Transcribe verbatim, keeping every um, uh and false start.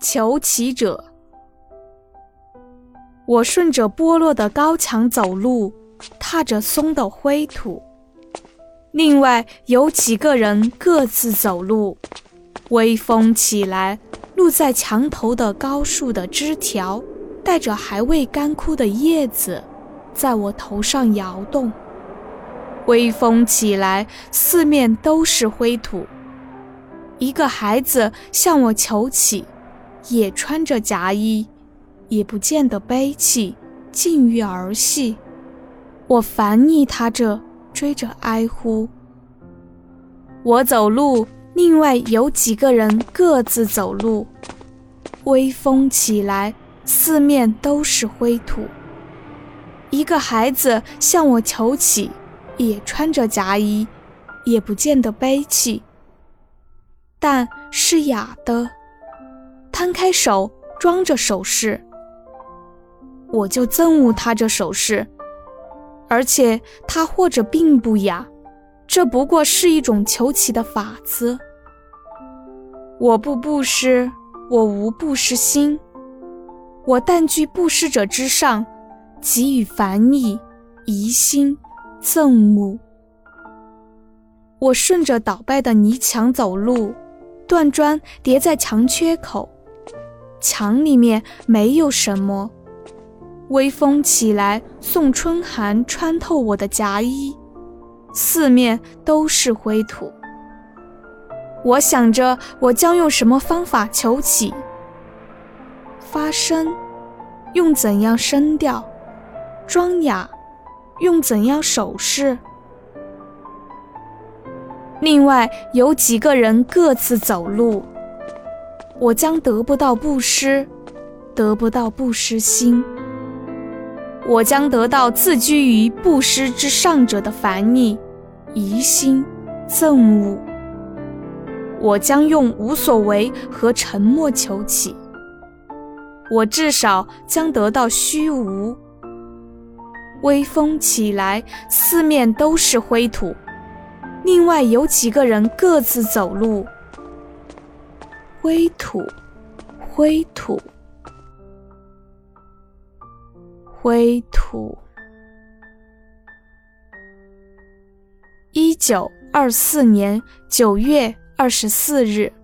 求乞者。我顺着剥落的高墙走路，踏着松的灰土。另外有几个人各自走路，微风起来，露在墙头的高树的枝条，带着还未干枯的叶子，在我头上摇动。微风起来，四面都是灰土。一个孩子向我求乞，也穿着夹衣，也不见得悲泣，近于儿戏。我烦腻他这，追着哀呼。我走路，另外有几个人各自走路。微风起来，四面都是灰土。一个孩子向我求乞，也穿着夹衣，也不见得悲泣，但是哑的，摊开手装着首饰。我就憎恶他这首饰，而且他或者并不哑，这不过是一种求乞的法子。我不布施，我无布施心，我但居布施者之上，给予烦意、疑心、憎恶。我顺着倒败的泥墙走路，断砖叠在墙缺口，墙里面没有什么。微风起来，送春寒穿透我的夹衣，四面都是灰土。我想着我将用什么方法求乞，发声用怎样声调，装哑用怎样手势。另外有几个人各自走路，我将得不到布施，得不到布施心。我将得到自居于布施之上者的烦腻、疑心、憎恶。我将用无所为和沉默求乞，我至少将得到虚无。微风起来，四面都是灰土。另外有几个人各自走路。灰土，灰土，灰土。一九二四年九月二十四日。